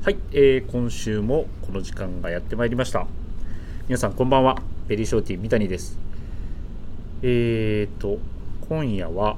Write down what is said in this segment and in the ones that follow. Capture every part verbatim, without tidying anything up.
はい、えー、今週もこの時間がやってまいりました。皆さんこんばんは。ベリーショーティー三谷です。えーと今夜は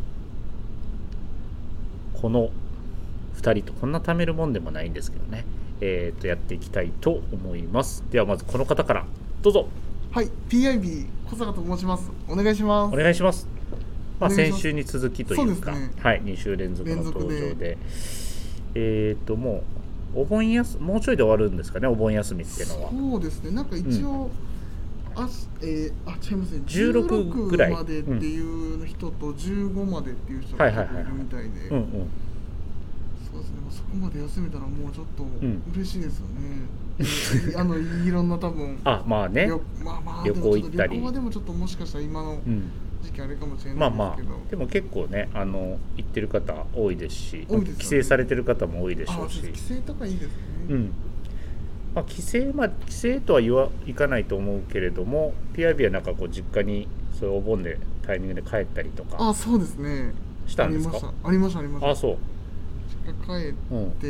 このふたりと、こんな貯めるもんでもないんですけどね、えーとやっていきたいと思います。ではまずこの方からどうぞ。 はい、ピーアイビー 小坂と申します。お願いします。 お願いします。まあ、 お願いします。 先週に続きというか、 そうですね、 はい、に週連続の登場で、 でえーともうお盆休もうちょいで終わるんですかね、お盆休みっていうのは。 そうですね、なんか一応、うん、あ、えー、あ、違いますね、 じゅうろくぐらいまでっていう人とじゅうごまでっていう人がいるみたいで、そうですね、そこまで休めたらもうちょっと嬉しいですよね。うん、あのいろんな多分あ、まあね、 まあまあ、 旅行行ったり、 旅行はでもちょっともしかしたら今の、うん時期あれかもしれないですけど、 まあまあでも結構ね、あの行ってる方多いですし、 多いですね、 帰省されてる方も多いでしょうし、 帰省とかいいですね。 うん。まあ帰省まあ帰省とは言わいかないと思うけれども、ピーアイビー はなんかこう実家にそういうお盆でタイミングで帰ったりとか。 あ、そうですね。 したんですか？ ありましたありました。 あ、そう。 実家帰って、うんうん、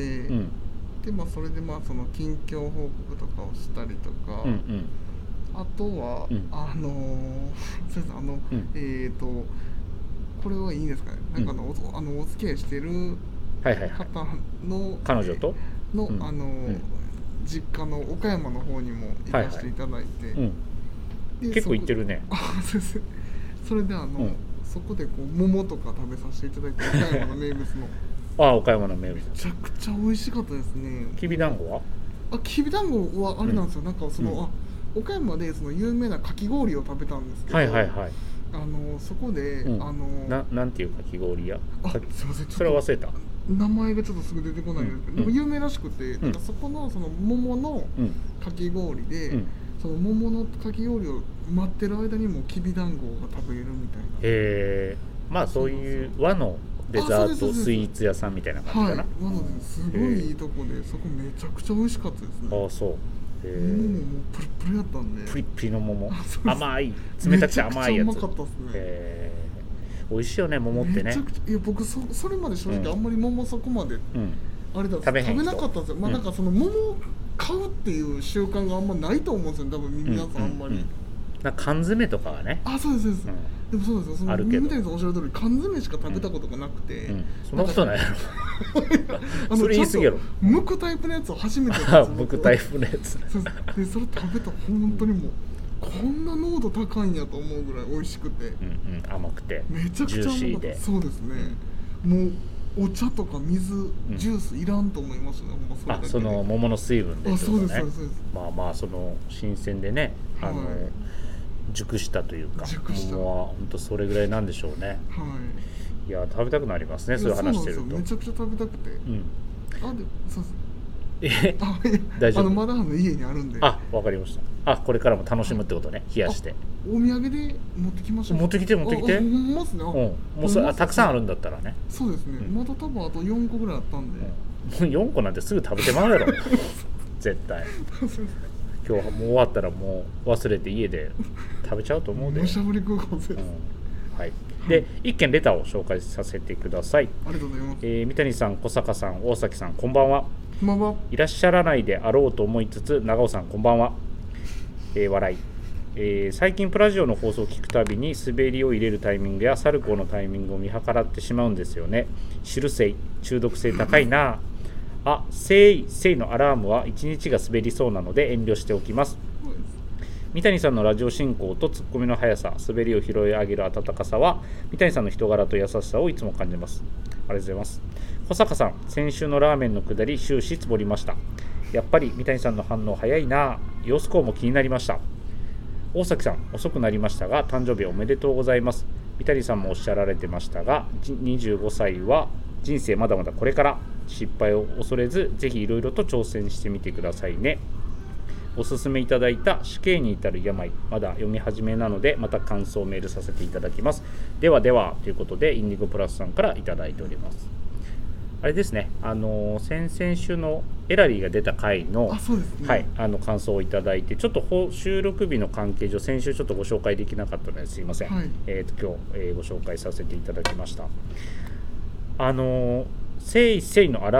でまあそれでまあその近況報告とかをしたりとか。うんうん、あとは、うん、あのー、そうですあの、うん、えっ、ー、とこれはいいんですかね。なんかあの、うん、お, あのお付き合いしてる方の彼女との、うん、あのーうん、実家の岡山の方にも行かせていただいて、はいはい、 うん、結構行ってるね。 あ、そうです。それであの、うん、そこでこう桃とか食べさせていただいて、岡山の名物のあ、岡山の名物めちゃくちゃ美味しかったですね。 きびだんごはあ、きびだんごはあれなんですよ、うん、なんかその、うん、あ岡山でその有名なかき氷を食べたんですけど、 はいはいはい、 あのそこで、うん、あのななんていうかき氷屋、 あ、すいません、 それは忘れた、 名前がちょっとすぐ出てこないんですけど、うん、でも有名らしくて、うん、なんかそこのその桃のかき氷で、うん、その桃のかき氷を待ってる間にもきびだんごが食べれるみたいな。 へえ、まあそういう和のデザートスイーツ屋さんみたいな感じかな。 はい、和のですごいいいとこで、そこめちゃくちゃ美味しかったですね。 ああ、そう。 桃ももうプリプリやったんで、 プリプリの桃、甘い、冷たくて甘いやつ。 めちゃくちゃうまかったですね。 へー、美味しいよね、桃ってね。 めちゃくちゃ、いや僕 そ, それまで正直あんまり桃そこまで、うん、あれだ食べ食べなかったんですよ。まあなんかその桃を買うっていう習慣があんまないと思うんですよ、多分皆さんあんまり。うんうんうん、 なんか缶詰とかはね。 あ、そうですそうです。うん、でもそうですよ、その三谷さんおっしゃる通り缶詰しか食べたことがなくて、うんうん、 そんなことないやろ。それ言い過ぎやろ。 剥くタイプのやつを初めてやったんですよ。 剥くタイプのやつ。 そうでそれ食べた本当にもう、こんな濃度高いんやと思うぐらい美味しくて、 うんうん、甘くてめちゃくちゃ甘かった。そうですね、うん、もうお茶とか水、うん、ジュースいらんと思いますね。それだけで、あ、 その桃の水分で、ね、 あ、そうですそうです。 まあまあその新鮮でね、あの、はい、熟したというか、桃は本当それぐらいなんでしょうね。はい。いや食べたくなりますね、そういう話してると。 めちゃくちゃ食べたくて。うん。あ、で、そうそう。 え、大丈夫。 あのまだあの家にあるんで。 あ、わかりました。あ、これからも楽しむってことね、冷やして。 お土産で持ってきましょう。 持ってきて持ってきて。 ほんますね。うん。もうそれたくさんあるんだったらね。 そうですね。うん、まだ多分あとよんこぐらいあったんで。 うん、もうよんこなんてすぐ食べてまうやろ。絶対。今日もう終わったらもう忘れて家で食べちゃうと思うで。 むしゃぶり空港です。うん、 はい。で、一件レターを紹介させてください。 ありがとうございます。 えー、三谷さん、小坂さん、大崎さん、こんばんは。 こんばんは。 いらっしゃらないであろうと思いつつ、長尾さん、こんばんは。えー、笑い。えー、最近プラジオの放送を聞くたびに滑りを入れるタイミングやサルコーのタイミングを見計らってしまうんですよね。汁性、中毒性高いな。あ、せいせいのアラームはいちにちが滑りそうなので遠慮しておきます。三谷さんのラジオ進行とツッコミの速さ、滑りを拾い上げる温かさは三谷さんの人柄と優しさをいつも感じます。ありがとうございます。小坂さん、先週のラーメンのくだり終始つぼりました。やっぱり三谷さんの反応早いな。様子こうも気になりました。大崎さん、遅くなりましたが誕生日おめでとうございます。三谷さんもおっしゃられてましたが、にじゅうごさいは人生まだまだこれから、失敗を恐れずぜひいろいろと挑戦してみてくださいね。おすすめいただいた死刑に至る病、まだ読み始めなのでまた感想をメールさせていただきます。ではではということでインディゴプラスさんからいただいております。あれですね、あの先々週のエラリーが出た回の、 あ、そうですね、 はい、あの感想をいただいて、ちょっと収録日の関係上先週ちょっとご紹介できなかったのですいません、はい、えー、と今日、えー、ご紹介させていただきました。あのせいせいのアラーム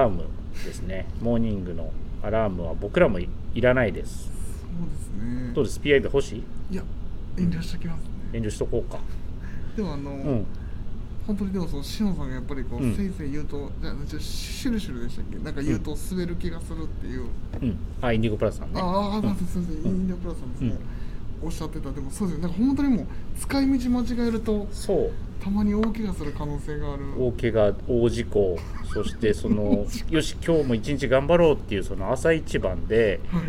ですね。モーニングのアラームは僕らも い, いらないです。 そうですね。 どうです ピーアイビー 欲しい？ いや遠慮しときますね、 うん、遠慮しとこうか。でもあの、うん、本当にでもそのしのさんがやっぱりこう、うん、せいぜい言うとじゃあシュルシュルでしたっけ、なんか言うと滑る気がするっていう、 うん、あインディゴプラスさんね。 ああ、うん、すみません、インディゴプラスさんですね、うん、おっしゃってた。でもそうですね、なんか本当にもう使い道間違えるとそうたまに大怪我する可能性がある。 大怪我、大事故、そしてそのよし今日も一日頑張ろうっていうその朝一番で、はい、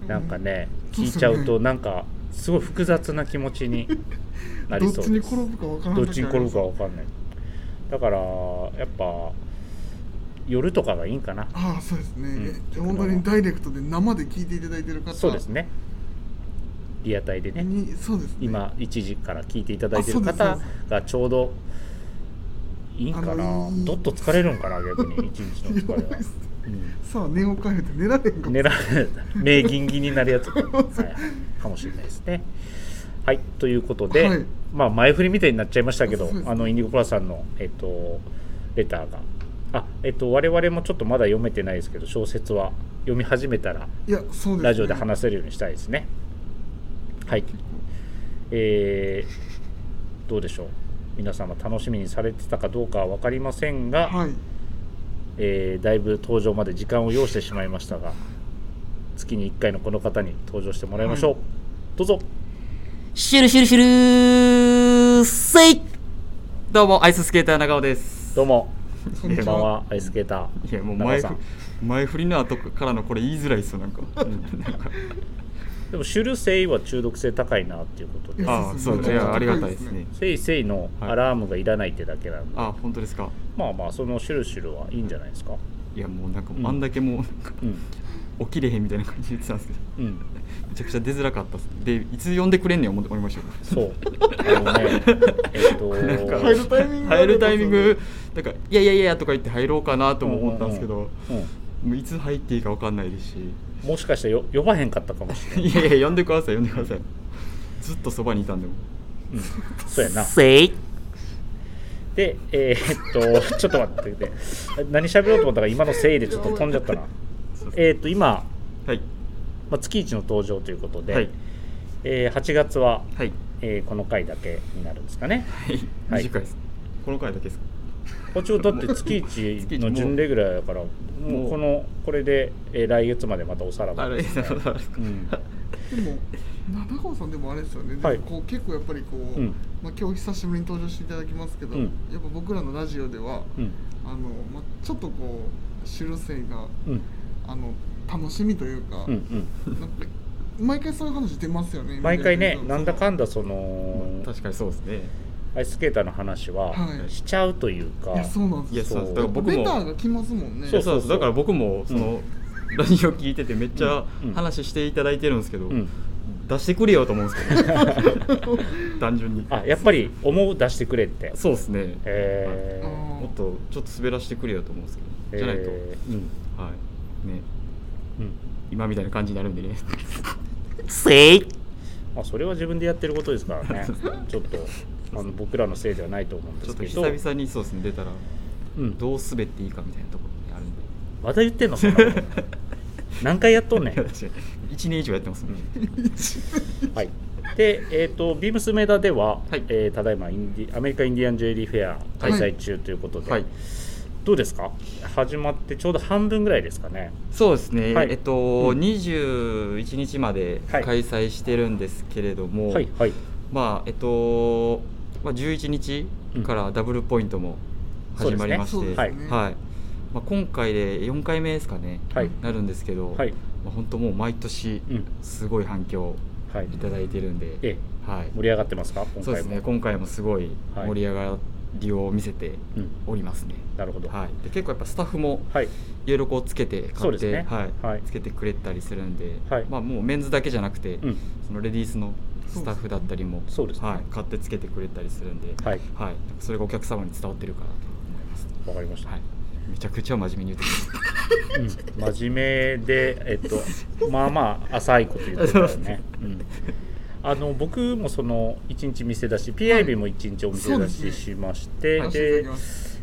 なんかね、うん、聞いちゃうとなんかすごい複雑な気持ちになりそうです。 どっちに転ぶか分からない。 どっちに転ぶか分かんない。だからやっぱ夜とかがいいんかな。 ああそうですね、うん、本当にダイレクトで生で聞いていただいてる方、 そうですね、リアタイでね、 そうですね、 今いちじから聞いていただいてる方がちょうどいいんかな。どっと疲れるんかな逆に一日の疲れは、うん、 さあ寝を変えて寝られんか寝られ目ギンギンになるやつ、はい、かもしれないですね。はい、ということで、はい、まあ前振りみたいになっちゃいましたけど、ね、あのインディゴプラスさんの、えっと、レターがあ、えっと、我々もちょっとまだ読めてないですけど、小説は読み始めたらいやそうです、ね、 ラジオで話せるようにしたいですね。はい、えー、どうでしょう、皆様楽しみにされてたかどうかは分かりませんが、はい、えー、だいぶ登場まで時間を要してしまいましたが、月にいっかいのこの方に登場してもらいましょう、はい、どうぞ。 シュルシュルシュルせい。どうもアイススケーター長尾です。 どうもこんばんは、アイススケーター。 いやもう前前振りの後からのこれ言いづらいですよなんか、うん、なんかでもシュルセイは中毒性高いなっていうことで、 ああそうですね、ありがたいですね。 セイセイのアラームがいらないってだけなんで、 はい、あ本当ですか。 まあまあそのシュルシュルはいいんじゃないですか。 いやもうなんかあんだけもうなんか、うん、起きれへんみたいな感じで言ってたんですけど、うん、めちゃくちゃ出づらかったです。でいつ呼んでくれんねん思いましたよ。 そうあのねえっとなんか入るタイミング入るタイミングなんかいやいやいやとか言って入ろうかなとも思ったんですけど、うんうんうん、もういつ入っていいか分かんないですし、 もしかしてよ呼ばへんかったかもしれない。 いやいや呼んでください呼んでください。ずっとそばにいたんでも、 うん、そうやな。 せいでえー、っとちょっと待ってて何喋ろうと思ったら今のせいでちょっと飛んじゃったな。えー、っと今、はいまあ、月一の登場ということで、はいえー、はちがつは、はいえー、この回だけになるんですかね。 はい、短いです。この回だけですか。 こっちだって月一の準レギュラーだからもうこのこれで、えー、来月までまたおさらばですね。 うん、でも中川さんでもあれですよね、はい、こう結構やっぱりこう、うんまあ、今日久しぶりに登場していただきますけど、うん、やっぱ僕らのラジオでは、うん、あのまあ、ちょっとこうシュルセイが、うん、あの楽しみというか、うんうん、なんか毎回そういう話出ますよね。 毎回ねなんだかんだその、 まあ、確かにそうですね。 アイススケーターの話はしちゃうというか、 はい、いやそうなんですよ。いやそうだから僕もレターが来ますもんね。 そうそうそうだから僕もその、うん、ラジオ聞いててめっちゃ話していただいてるんですけど、うんうん、出してくれよと思うんですけど単純にあやっぱり思う出してくれって。 そうですね、えー、もっとちょっと滑らしてくれよと思うんですけど、じゃないと、えーうんはいねうん、今みたいな感じになるんでねせいあそれは自分でやってることですからねちょっとあの僕らのせいではないと思うんですけど、 ちょっと久々にそうですね出たら、うん、どう滑っていいかみたいなところにあるんで。 また言ってんのそんなこと何回やっとんねんいちねん以上やってますね、 うん、はいで、えーと、ビームスメダでは、はいえー、ただいまインディアメリカインディアンジュエリーフェア開催中ということで、はいはい、どうですか始まってちょうど半分ぐらいですかね。 そうですね、はい、えっと、うん、にじゅういちにちまで開催してるんですけれども、はいはいまあえっとまあ、じゅういちにちからダブルポイントも始まりまして、はいはいまあ、今回でよんかいめですかね、はい、なるんですけど、はいまあ、本当もう毎年すごい反響いただいてるんで、はいはい、盛り上がってますか今回も。 そうですね今回もすごい盛り上がりを見せておりますね、 うん、なるほど、 はい、で結構やっぱスタッフもいろいろこうつけて買って、ねはいはい、つけてくれたりするんで、はいまあ、もうメンズだけじゃなくて、うん、そのレディースのスタッフだったりもそうですね、はい、買ってつけてくれたりするんで、はいはい、それがお客様に伝わってるかなと思います、ね、 わかりました、はい、 めちゃくちゃ真面目に言ってくる、うん、真面目で、えっと、まあまあ浅いこと言ってたよね、うん、あの僕もそのいちにち店出し ピーアイビー もいちにちお店出ししまして、はい、で、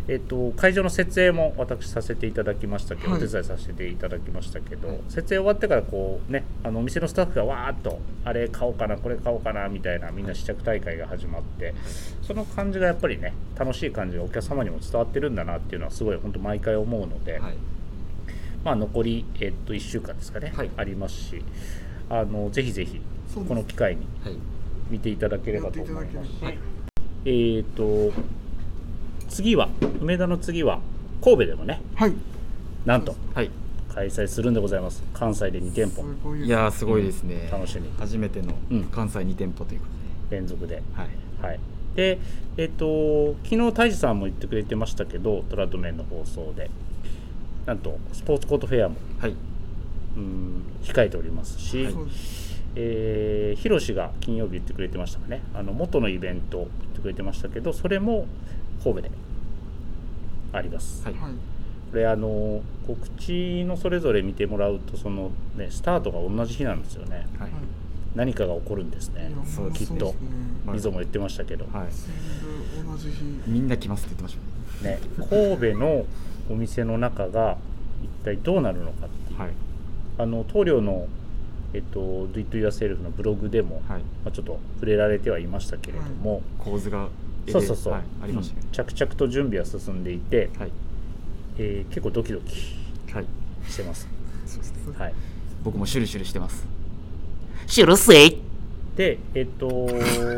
えっと、会場の設営も私させていただきましたけど、 はい、 お手伝いさせていただきましたけど、設営終わってからこう、ね、あのお店のスタッフがわーっとあれ買おうかなこれ買おうかなみたいなみんな試着大会が始まって、はい、その感じがやっぱりね楽しい感じがお客様にも伝わってるんだなっていうのはすごい本当毎回思うので、はい、まあ、残り、えっと、いっしゅうかんですかね、はい、ありますし、あのぜひぜひこの機会に見ていただければと思いますし、はい、えーと次は梅田の次は神戸でもね、 はい、 なんと、はい、開催するんでございます。関西でにてんぽ。 いやーすごいですね、 うん、楽しみ。 初めての関西にてんぽということで、 連続で、 はいはい、で、えーと昨日太一さんも言ってくれてましたけど、トラッドメンの放送でなんとスポーツコートフェアも、はい、うん控えておりますし、はい、えー、ヒロシが金曜日言ってくれてましたかね、あの元のイベント言ってくれてましたけど、それも神戸であります、はい、これあの告知のそれぞれ見てもらうとその、ね、スタートが同じ日なんですよね、はい、何かが起こるんですね、そうきっと溝も言ってましたけど、はい、 同じ日みんな来ますって言ってましたね。神戸のお店の中が一体どうなるのかっていう、はい、あの棟梁のえっと、Do It Yourself のブログでも、はい、まあ、ちょっと触れられてはいましたけれども、はい、 構図がそうそうそう、はい、 ありましたね、 うん、着々と準備は進んでいて、はい、えー、結構ドキドキしてます、はい、そうですね、はい、 僕もシュルシュルしてます。 シュルスイで、えっとも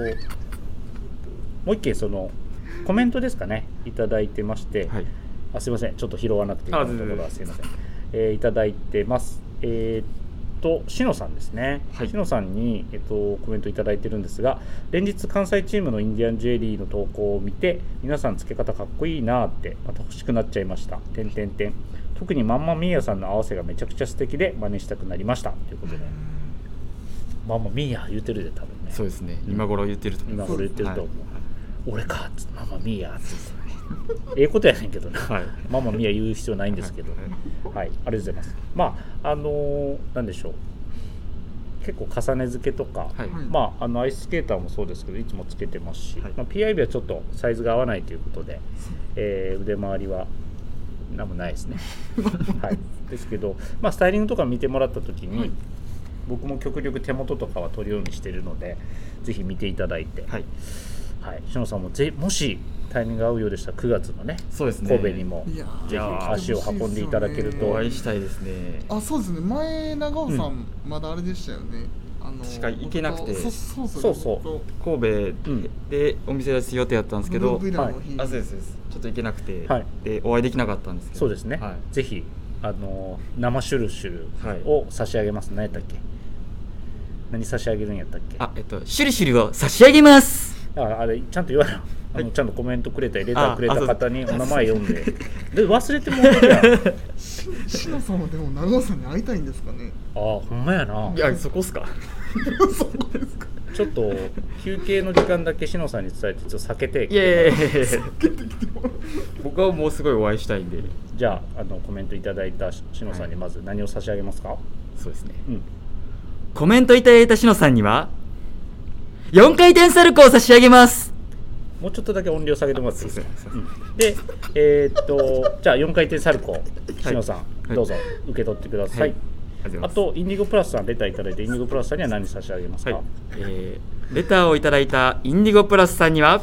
う一件そのコメントですかねいただいてまして、はい、あすいませんちょっと拾わなくていいところはすいません、えー、いただいてます。えーとしのさんですね、はい、しのさんに、えっと、コメントいただいてるんですが、連日関西チームのインディアンジュエリーの投稿を見て皆さん付け方かっこいいなってまた欲しくなっちゃいました。てんてんてん特にマンマミーヤさんの合わせがめちゃくちゃ素敵で真似したくなりましたということで、マンマミーヤ言ってるで多分ね。 そうですね、今頃言ってると思う。 今頃言ってると思う、はい、俺かっつってマンマミーヤっつってええことやねんけどな、はい、ママミヤ言う必要ないんですけど、はい、はい、ありがとうございます。まああのー、なんでしょう、結構重ね付けとか、はい、まああのアイススケーターもそうですけどいつもつけてますし、はい、まあ、ピーアイビー はちょっとサイズが合わないということで、えー、腕回りは何もないですね、はい、ですけど、まあ、スタイリングとか見てもらった時に、はい、僕も極力手元とかは取るようにしているのでぜひ見ていただいて、はい、はい、しのさんもぜもしタイミングが合うようでしたらくがつのね、そうですね、神戸にもぜひ足を運んでいただけると、 お会いしたいですね。 あ、そうですね、前長尾さん、うん、まだあれでしたよね、あのしか行けなくて、 そうそうそうそう神戸でお店出す予定だったんですけど、はい、あ、そうですですちょっと行けなくて、はい、でお会いできなかったんですけど、 そうですね、はい、ぜひあの生シュルシュルを差し上げます。何やったっけ、何差し上げるんやったっけ、 あ、えっとシュルシュルを差し上げます。 あ、あれちゃんと言わなあの、はい、ちゃんとコメントくれたりレターくれた方にお名前読んでで忘れてもらってるやんしのさんはでも長尾さんに会いたいんですかね。 ああ、ほんまやな。 いや、そこっすかそこですか。 ちょっと休憩の時間だけしのさんに伝えてちょっと避けていやいやいや僕はもうすごいお会いしたいんで、 じゃあ、あのコメントいただいたしのさんにまず何を差し上げますか。はい、 そうですね、うん、コメントいただいたしのさんにはよんかい転サルコーを差し上げます。 もうちょっとだけ音量下げてもらっていいですか。うん、で、えー、っとじゃあよんかい転サルコー、しのさん、はい、どうぞ受け取ってください。はい、あ, あとインディゴプラスさんレターいただいて、インディゴプラスさんには何差し上げますか。はい、 えー、レターをいただいたインディゴプラスさんには、うん、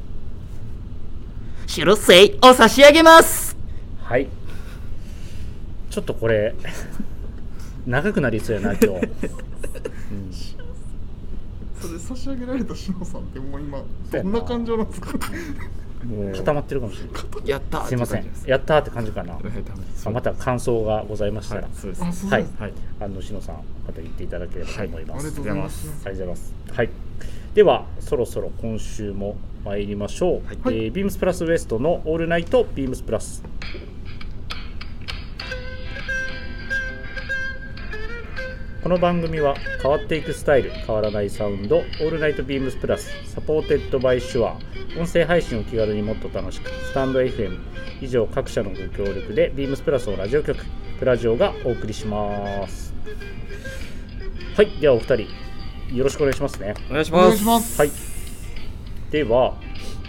シュルセイを差し上げます。 はい、ちょっとこれ長くなりそうやな今日、うん、 それ差し上げられたしのさんってもう今どんな感情なんですか。 もう固まってるかもしれない。 やったー、 すいません、やったーって感じかな。あ、また感想がございましたら、はい、そうです、はい、はい、あのしのさんまた言っていただければと思います。 はい、ありがとうございます。 ありがとうございます。はい、ではそろそろ今週も参りましょう。はい、えー、ビームスプラスウエストのオールナイトビームスプラス。この番組は変わっていくスタイル、変わらないサウンド、オールナイトビームスプラス、サポーテッドバイシュア、音声配信を気軽にもっと楽しく、スタンド エフエム、以上各社のご協力でビームスプラスのラジオ局、プラジオがお送りします。はい、ではお二人よろしくお願いしますね。 お願いします。 はい、では、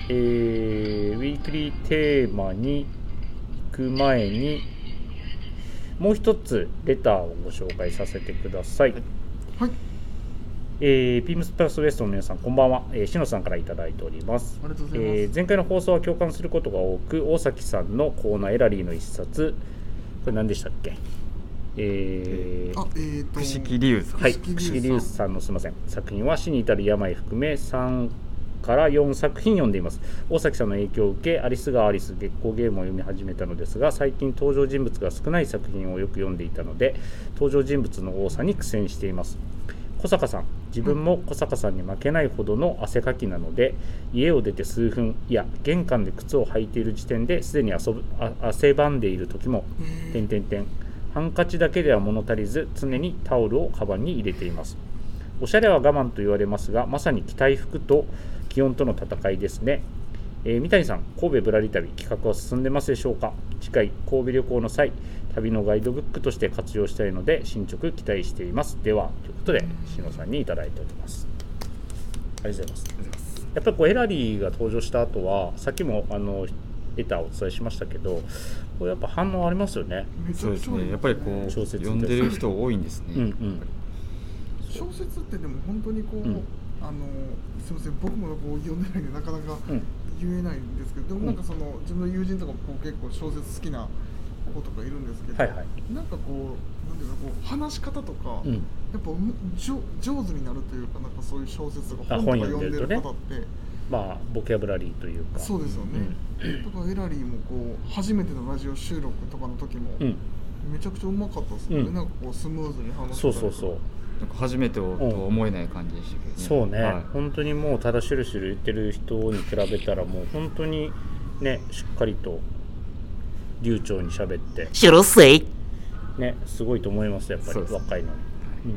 えー、ウィークリーテーマに行く前にもう一つレターをご紹介させてください。 はい。 えー、ビームスプラスウエストの皆さんこんばんは、えー、しのさんからいただいております。 ありがとうございます。 えー、前回の放送は共感することが多く、大崎さんのコーナーエラリーの一冊、これ何でしたっけ？えー、 あ、えーと、 串木龍さん、 はい、串木龍さんのすみません作品は死に至る病含めさんからよんさく品読んでいます。大崎さんの影響を受け、アリス川アリス月光ゲームを読み始めたのですが、最近登場人物が少ない作品をよく読んでいたので、登場人物の多さに苦戦しています。小坂さん、自分も小坂さんに負けないほどの汗かきなので、家を出て数分、いや玄関で靴を履いている時点ですでに遊ぶあ汗ばんでいる時も点々点ハンカチだけでは物足りず、常にタオルをカバンに入れています。おしゃれは我慢と言われますが、まさに着たい服と気温との戦いですね。えー、三谷さん、神戸ぶらり旅企画は進んでますでしょうか？次回神戸旅行の際、旅のガイドブックとして活用したいので進捗期待しています。ではということで、しのさんにいただいております。ありがとうございます。やっぱりこうエラリーが登場した後は、さっきもあのレターをお伝えしましたけど、これやっぱ反応ありますよね。 そうですね。やっぱりこう小説読んでる人多いんですね。うんうん、 小説ってでも本当にこう、うん、あのすみません、僕もこう読んでないんでなかなか言えないんですけど、うん、でもなんかその自分の友人とかもこう結構小説好きな子とかいるんですけど、はいはい、なんかこうなんていうかこう話し方とか、うん、やっぱじょ上手になるというか、なんかそういう小説とか本とか読んでる方って、 まあボキャブラリーというか、 そうですよね。うん、だからエラリーもこう初めてのラジオ収録とかの時も、うん、めちゃくちゃうまかったですね。うん、なんかこうスムーズに話してたりとか。そうそうそう。 なんか初めてと思えない感じでしたけどね。 そうね、 はい、 本当にもうただしるしる言ってる人に比べたらもう本当にね、しっかりと流暢に喋ってしろせいね、すごいと思いますやっぱり若いのに。うん、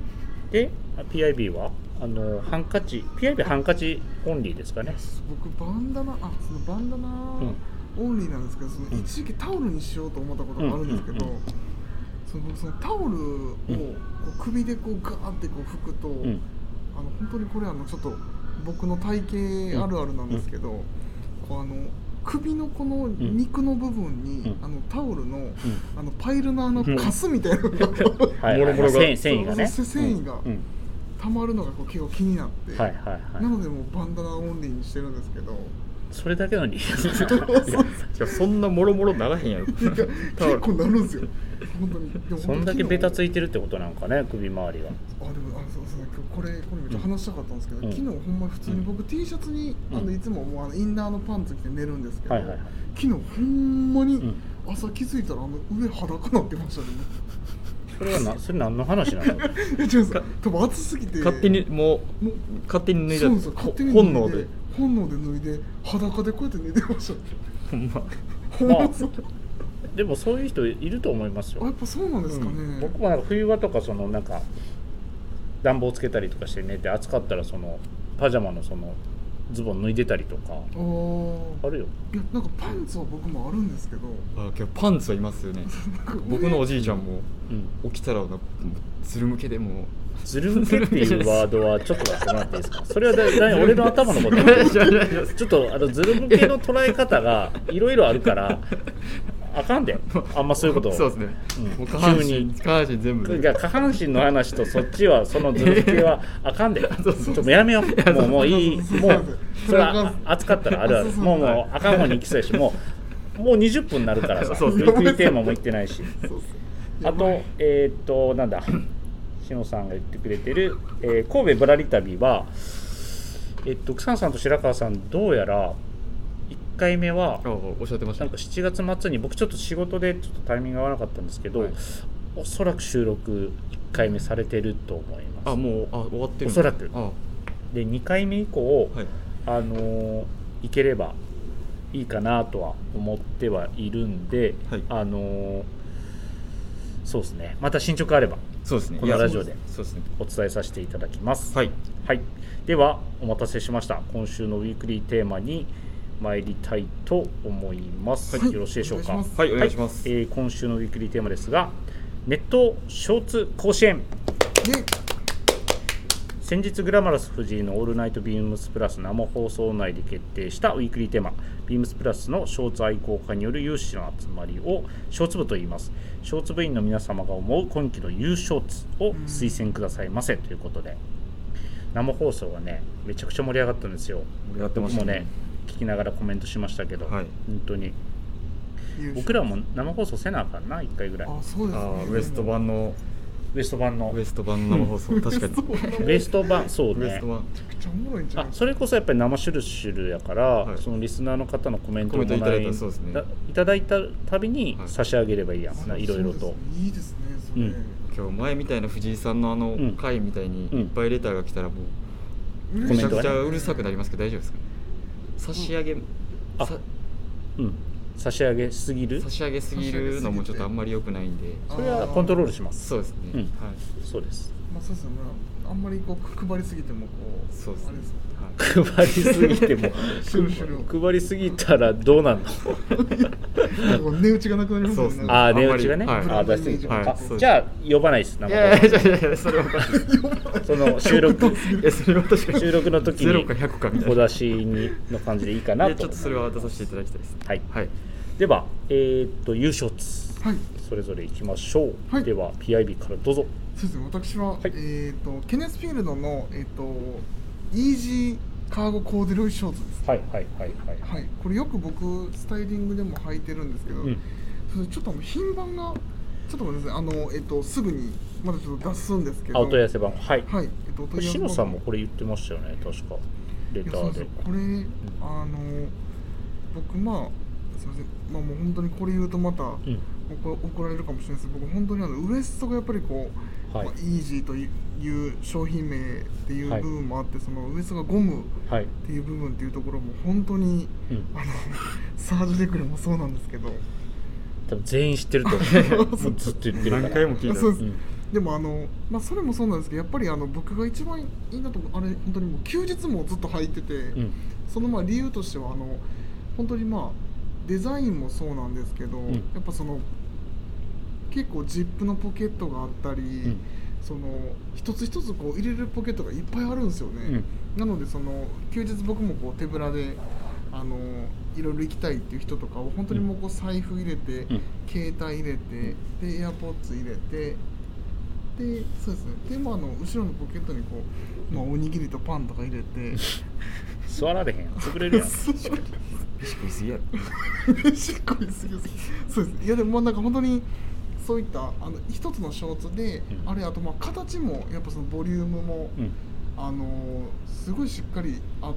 で ピーアイビー はあのハンカチ ピーアイビー ハンカチオンリーですかね。 僕バンダナあそのバンダナオンリーなんですけど、その一時期タオルにしようと思ったことがあるんですけど、そのそのタオルをこう首でこうガーってこう拭くと、うん、あの本当にこれあのちょっと僕の体型あるあるなんですけど、うん、こうあの首のこの肉の部分に、うん、あのタオルの、うん、あのパイルのあのカスみたいなのが、うん、もろもろが繊維がね、 繊維がたまるのがこう結構気になって、はいはいはい、なのでもうバンダナオンリーにしてるんですけど、 それだけの理由いやそんなもろもろならへんやろ。 結構なるんですよ本当に。 でもそんだけベタついてるってことなんかね、首周りが。 あでもあそうそうこれこれめっちゃ話したかったんですけど、うん、昨日ほんま普通に僕、うん、T シャツにあのいつももうあのインナーのパンツ着て寝るんですけど、はいはいはい、昨日ほんまに朝気づいたらあの上裸なってましたね。 それはな、それ何の話なの？ 違うんですよ。多分暑すぎて勝手にもう勝手に脱いだ。 そうですよ。勝手に本能で本能で脱いで裸でこうやって寝てました。 ほんま。ほんま。でもそういう人いると思いますよ。 あ、やっぱそうなんですかね。うん、 僕もなんか冬場とかそのなんか暖房つけたりとかして寝て、暑かったらそのパジャマのそのズボン脱いでたりとかあるよ。 いやなんかパンツは僕もあるんですけど、 あ今日パンツはいますよね。僕のおじいちゃんも、うん、起きたらズル向けでもズル向けっていうワードはちょっと出してもらっていいですか？それはだだ俺の頭のことちょっとあのズル向けの捉え方がいろいろあるからあかんで、あんまそういうことを。 そうですね。うん、下半身、下半身全部。 いや下半身の話とそっちはそのズル向けはあかんで。ちょっとやめよう。もうもういい。もうそれは暑かったらあるある。もうもうあかん方に行きそうやし、もうもうにじゅっぷんになるからさ。ウィークリーテーマも言ってないし。あとえっとなんだ。しのさんが言ってくれてる、えー、神戸ぶらり旅は、えっと草野さんと白川さんどうやらいっかいめはおっしゃってました、ね、 なんかしちがつ末に僕ちょっと仕事でちょっとタイミングが合わなかったんですけど、はい、おそらく収録いっかいめされてると思います。 あもうあ終わってるおそらくあでにかいめ以降、はい、あのー、行ければいいかなとは思ってはいるんで、はい、あのー、そうですね、また進捗あればそうですね、 このラジオでお伝えさせていただきます。 はい、 はい、ではお待たせしました。今週のウィークリーテーマに参りたいと思います。はい、よろしいでしょうか。 はい、お願いします。 はい、えー、今週のウィークリーテーマですが、ネットショーツ甲子園。 先日グラマラス藤井のオールナイトビームスプラス生放送内で決定したウィークリーテーマ、ビームスプラスのショーツ愛好家による有志の集まりをショーツ部と言います。ショーツ部員の皆様が思う今期の優ショーツを推薦くださいませということで、生放送がねめちゃくちゃ盛り上がったんですよ。 盛り上がってましたね。 僕もね聞きながらコメントしましたけど、はい、本当に僕らも生放送せなあかんないっかいぐらい。 あ、そうですね。 あ、ウエスト版のウエスト版のウエスト版の生放送、うん、確かにウエスト版、そうね。 めちゃくちゃおもろいんじゃない。 あ、それこそやっぱり生シュルシュルやから、はい、そのリスナーの方のコメントをいただいた、そうですね、いただいたたびに差し上げればいいやん、はい、いろいろと。 いいですね、それ、うん、 今日前みたいな藤井さんのあの回みたいにいっぱいレターが来たらもう、うん、 めちゃくちゃうるさくなりますけど大丈夫ですかね。差し上げ、うん、 あ、うん、差し上げすぎる差し上げすぎるのもちょっとあんまり良くないんで、 それはコントロールします。 そうですね、うん、はい、 そうです。まあそうですね、あんまりこう配りすぎてもこう、 そうですね、 配りすぎても配りすぎたらどうなんの値打ちがなくなりますよね。 ああ、値打ちがね、はい、あ出しすぎて、はい、じゃあ呼ばないです。 いやいやいやいや、それはその収録それは確かに収録の時にゼロかひゃくかみたいな小出しにの感じでいいかなと。 ちょっとそれは出させていただきたいです。 はい、はい、ではえー、っと優勝ツ、 はい、 それぞれいきましょう、はい、では ピーアイビー からどうぞ。 そうですね、私は、はい、えー、っとケネスフィールドの、えー、っとイージーカーゴコーデュロイショーツです。 はいはいはいはい、 はい、これよく僕スタイリングでも履いてるんですけど、うん、それちょっとあの品番がちょっと待ってください、あの、えっと、すぐにまだちょっと出すんですけど、 お問い合わせ番、はい、 はい、えっと、お問い合わせ番、 篠さんもこれ言ってましたよね、確かレターで。 これ、うん、あの僕まあすみません、まあもう本当にこれ言うとまた、うん、怒られるかもしれないですけど、僕本当にあのウエストがやっぱりこう、はい、まあ、イージーという商品名っていう部分もあって、はい、そのウエストがゴムっていう部分っていうところも本当に、うん、あのサージデクレもそうなんですけど、 多分全員知ってると思うもうずっと言ってるから何回も聞いた。 そうです、うん、でもあの、まあ、それもそうなんですけど、やっぱりあの僕が一番いいなと思う、あれ本当にもう休日もずっと履いてて、うん、そのまあ理由としてはあの本当にまあデザインもそうなんですけど、うん、やっぱその結構ジップのポケットがあったり、うん、その一つ一つこう入れるポケットがいっぱいあるんですよね、うん、なのでその休日僕もこう手ぶらであのいろいろ行きたいっていう人とかを本当にもうこう財布入れて、うん、携帯入れて、でエアポッツ入れて、でそうですね、でもあの後ろのポケットにこう、まあ、おにぎりとパンとか入れて座られへんやん、潰れるやん飯食いすぎやろ飯食いすぎです。そうです。いやでもなんか本当にそういったあの一つのショーツで、うん、あれあとまあ形もやっぱそのボリュームも、うん、あのすごいしっかりあって、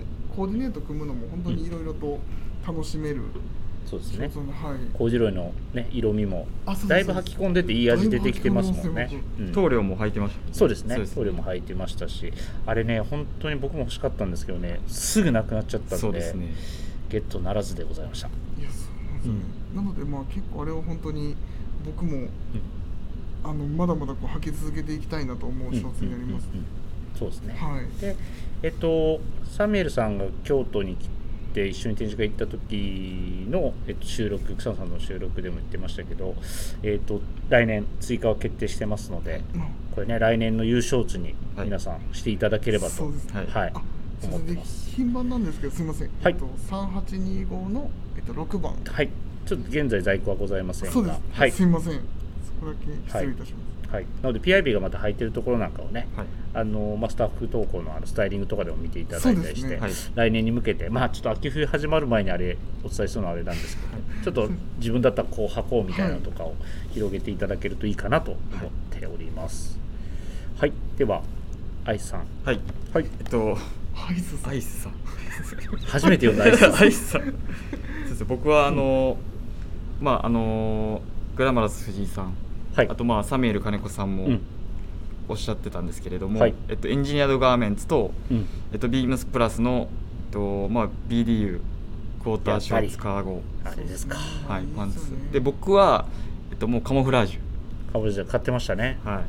コーディネート組むのも本当にいろいろと楽しめる、うん、 そうですね、 はい、 コーデュロイの、ね、色味もだいぶ履き込んでていい味出てきてますもんね。 塗料も履いてました、ね、 そうですね、塗料も履いてましたし、あれね本当に僕も欲しかったんですけどね、すぐなくなっちゃったんで、そうですね、ゲットならずでございました。 いやそうなんですよね、うん、なのでまあ結構あれを本当に僕も、うん、あのまだまだこう履き続けていきたいなと思うショーツになります。 そうですね、 はい、 でえっとサミュエルさんが京都に来て一緒に展示会行った時の、えっと、収録、草野さんの収録でも言ってましたけど、えっと、来年追加は決定してますので、うん、これね来年の優勝地に皆さんしていただければと、 はい、そうですね、 はい、思ってます。 品番なんですけどすみません、 はい、 えっと、さんはちにごの、えっと、ろくばん、 はい、ちょっと現在在庫はございませんが、 そうです、 はい、 すみません、そこだけ失礼いたします。 はいはい、なので ピーアイビー がまた履いてるところなんかをね、はい、あのまあ、スタッフ投稿のあのスタイリングとかでも見ていただいたりして、ね、はい、来年に向けて、まあ、ちょっと秋冬始まる前にあれお伝えするのはあれなんですけど、はい、ちょっと自分だったらこう履こうみたいなのとかを広げていただけるといいかなと思っております。はい、はい、ではアイスさん、 はい、はい、えっとアイスさん、 アイスさん初めて読んだアイスさんアイスさんそうですね、僕はあの、うん、まああのグラマラス藤井さん、はい、あとまあサミュエル金子さんもおっしゃってたんですけれども、はい、えっと、エンジニアードガーメンツと、うん、えっと、ビームスプラスの、えっとまあ、ビーディーユー クォーターショーツカーゴ、 あれですか、 はい、パンツで、僕は、えっと、もうカモフラージュカモフラージュ買ってましたね、 はい、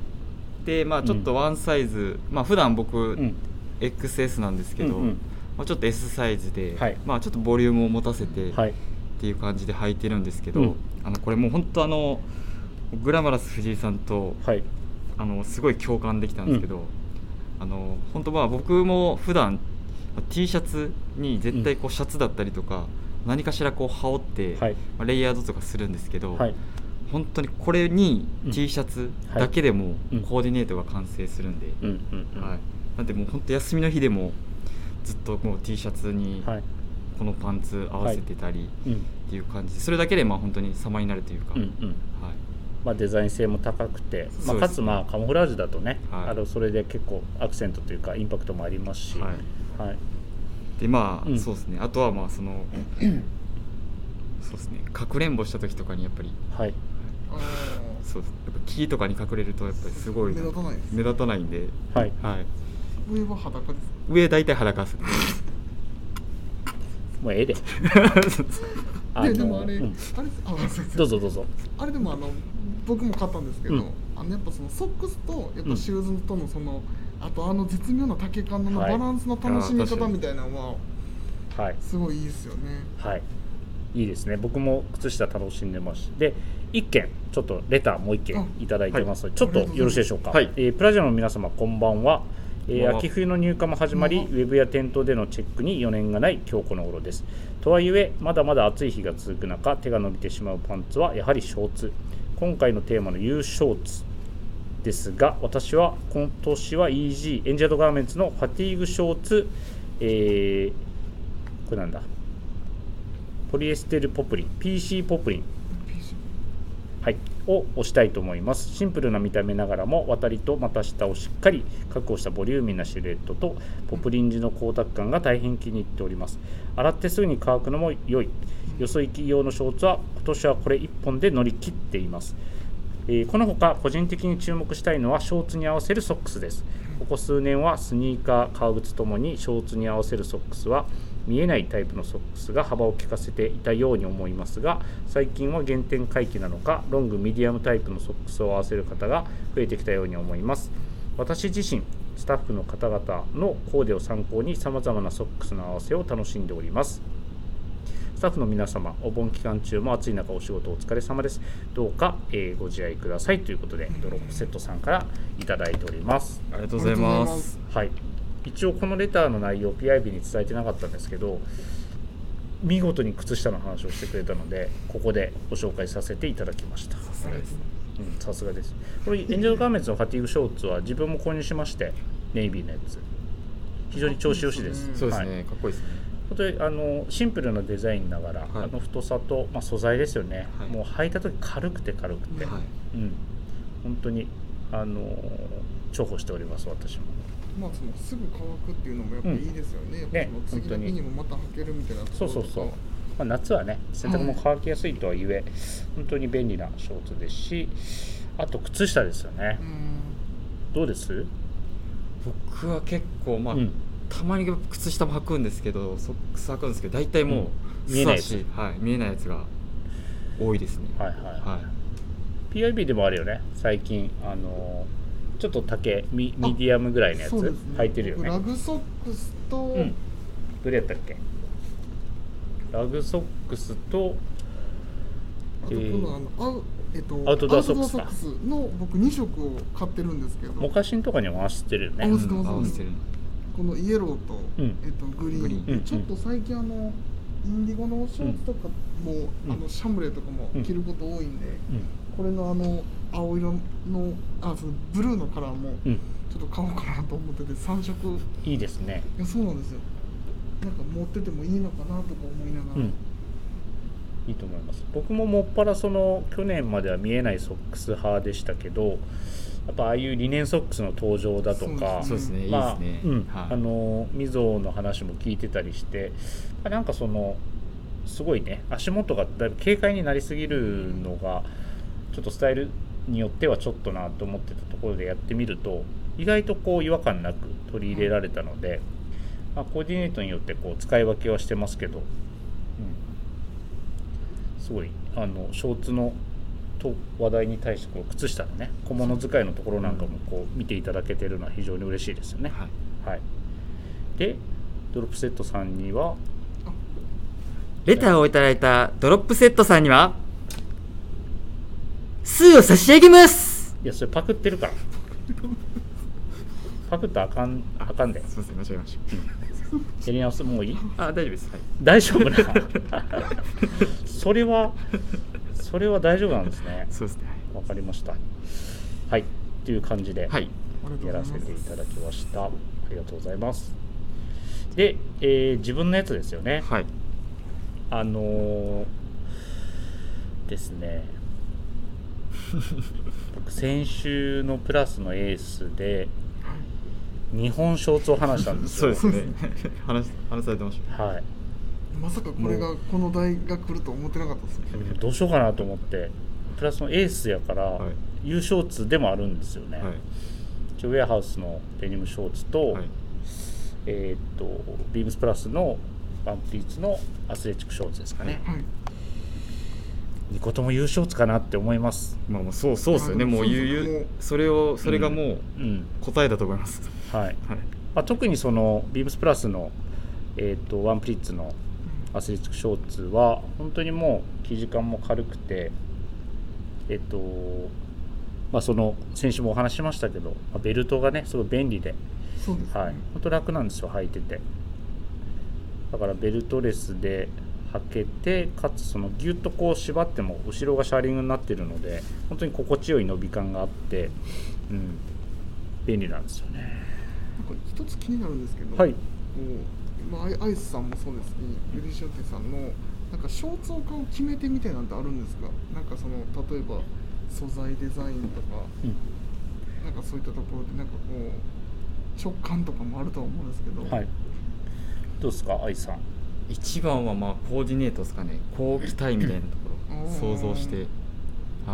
でまあちょっとワンサイズ、うん、まあ普段僕、うん、エックスエス なんですけど、うんうん、まあ、ちょっと S サイズで、はい、まあちょっとボリュームを持たせて、はい、っていう感じで履いてるんですけど、うん、あのこれもう本当あのグラマラス藤井さんと、はい、あのすごい共感できたんですけど、うん、 あの本当まあ僕も普段 T シャツに絶対こうシャツだったりとか、うん、何かしらこう羽織って、はい、まあ、レイヤードとかするんですけど、はい、本当にこれに T シャツだけでもコーディネートが完成するんで、はい、なんでもう本当休みの日でもずっともう T シャツにこのパンツ合わせてたりっていう感じで、それだけでまあ本当に様になるというか、うんうん、はい、 まあ、デザイン性も高くて、まあ、かつまあカモフラージュだとね、はい、あのそれで結構アクセントというかインパクトもありますし、はいはい、 でまあ、うん、そうですね、あとはまあそのそうですね、かくれんぼした時とかにやっぱり、はい、そうです、やっぱ木とかに隠れるとやっぱりすごい目立たないです、 目立たないんで、 はいはい、 上は裸ですか？ 上大体裸ですねもうええでで, でもあれ、うん、あれあどうぞどうぞ。 あれでもあの僕も買ったんですけど、うん、あのやっぱそのソックスとやっぱシューズとのその、うん、あとあの絶妙な丈感のバランスの楽しみ方みたいなのは、はい、すごいいいですよね。 はい、いいですね。僕も靴下楽しんでますし、で一件ちょっとレターもう一件いただいてますので、はい、ちょっとよろしいでしょうか。はい、えー、プラジオの皆様こんばんは。えー、秋冬の入荷も始まり、ウェブや店頭でのチェックに余念がない今日この頃です。とはいえまだまだ暑い日が続く中、手が伸びてしまうパンツはやはりショーツ。今回のテーマの U ショーツですが、私は今年は イージー エンジェルドガーメンツのファティーグショーツ、えー、これなんだポリエステルポプリン ピーシー ポプリン、はい、を押したいと思います。シンプルな見た目ながらも渡りと股下をしっかり確保したボリューミーなシルエットとポプリン地の光沢感が大変気に入っております。洗ってすぐに乾くのも良い。よそ行き用のショーツは今年はこれいっぽんで乗り切っています。えー、このほか個人的に注目したいのはショーツに合わせるソックスです。ここ数年はスニーカー、革靴ともにショーツに合わせるソックスは見えないタイプのソックスが幅を利かせていたように思いますが、最近は原点回帰なのかロングミディアムタイプのソックスを合わせる方が増えてきたように思います。私自身スタッフの方々のコーデを参考に様々なソックスの合わせを楽しんでおります。スタッフの皆様、お盆期間中も暑い中お仕事お疲れ様です。どうか、えー、ご自愛くださいということで、ドロップセットさんからいただいております。 ありがとうございます。 はい、一応このレターの内容 ピーアイビー に伝えてなかったんですけど、見事に靴下の話をしてくれたのでここでご紹介させていただきました。 さすがです、 うん、さすがです。これエンジェルガーメンツのファティーグショーツは自分も購入しまして、ネイビーのやつ非常に調子よしです。 そうですね、はい、かっこいいですね。 本当にあのシンプルなデザインながら、はい、あの太さと、まあ、素材ですよね、はい、もう履いた時軽くて軽くて、はい、うん、本当にあの重宝しております。私もまあ、そのすぐ乾くっていうのもやっぱりいいですよね、うん、やっぱその次の日にもまた履けるみたいなところとか、 そうそうそう、まあ、夏はね洗濯も乾きやすいとはいえ、はい、本当に便利なショーツですし、あと靴下ですよね。うん、どうです？ 僕は結構まあ、うん、たまに靴下も履くんですけど、ソックス履くんですけど大体もう、うん、 見えないやつ、 はい、見えないやつが多いですね。 はいはいはい、ピーアイビー でもあるよね最近、あのちょっと丈 ミ, ミディアムぐらいのやつ、ね、履いてるよね。 ラグソックスと、うん、 どれやったっけ？ラグソックスとあとこのあの、えーえっと、 アウトドアソックスかの僕に色を買ってるんですけど、 モカシンとかにも合わせてるよね。 合わせてます、合わせてる。このイエローと、うん、えっと、グリーン、うん、ちょっと最近あのインディゴのショーツとかも、うん、あのシャンブレーとかも着ること多いんで、うん、これのあの青色のあそのブルーのカラーもちょっと買おうかなと思ってて、さん色いいですね。 いやそうなんですよ。なんか持っててもいいのかなとか思いながら、うん、 いいと思います。僕ももっぱらその去年までは見えないソックス派でしたけど、やっぱああいうリネンソックスの登場だとか、 そうですね、 まあ、 いいですね、 うん、 はい、 あのみぞの話も聞いてたりして、なんかそのすごいね足元がだいぶ軽快になりすぎるのがちょっとスタイルによってはちょっとなと思ってたところでやってみると意外とこう違和感なく取り入れられたので、まあ、コーディネートによってこう使い分けはしてますけど、うん、すごいあのショーツのと話題に対してこう靴下のね小物使いのところなんかもこう見ていただけてるのは非常に嬉しいですよね。はい、はい、でドロップセットさんにはレターをいただいたドロップセットさんには数を差し上げます。 いやそれパクってるからパクッとあかんあかんで。 すみません間違えました。 やり直すもういい？ あ大丈夫です。はい、 大丈夫な。それはそれは大丈夫なんですね。 そうですね。 わかりました。はい、という感じでやらせていただきました。ありがとうございます。で、えー、自分のやつですよね。 はい。 あのー、ですね。僕先週のプラスのエースで日本ショーツを話したんですよ。そうですね。話話されてました。 はい。 まさかこれがこの台が来ると思ってなかったですね。 どうしようかなと思って、プラスのエースやから、はい、U ショーツでもあるんですよね。はい、ウェアハウスのデニムショーツと、はい、えー、っとビームスプラスのワンピーツのアスレチックショーツですかね。はい、にことも U ショーツかなって思います。 まあもうそうそうですよね。もう言うそれをそれがもう答えだと思います。 うんうん、はい。はい、まあ、特にそのビームスプラスのえー、っとワンプリッツのアスレチックショーツは本当にもう生地感も軽くて、えっとまあその先週もお話ししましたけど、ベルトがねすごい便利で、 そうですね、 はい、本当楽なんですよ履いてて。だからベルトレスで履けて、かつそのギュッとこう縛っても後ろがシャーリングになっているので本当に心地よい伸び感があって、うん、便利なんですよね。 なんか一つ気になるんですけど、 はい、 こうまあ、アイスさんもそうですし、ユリショテさんのなんかショーツを買う決め手みたいなんてあるんですか？なんかその例えば素材デザインとか、うん、なんかそういったところでなんかこう直感とかもあるとは思うんですけど、 はい、どうですかアイスさん？ 一番はまあコーディネートですかね。こう着たいみたいなところを想像して、はい。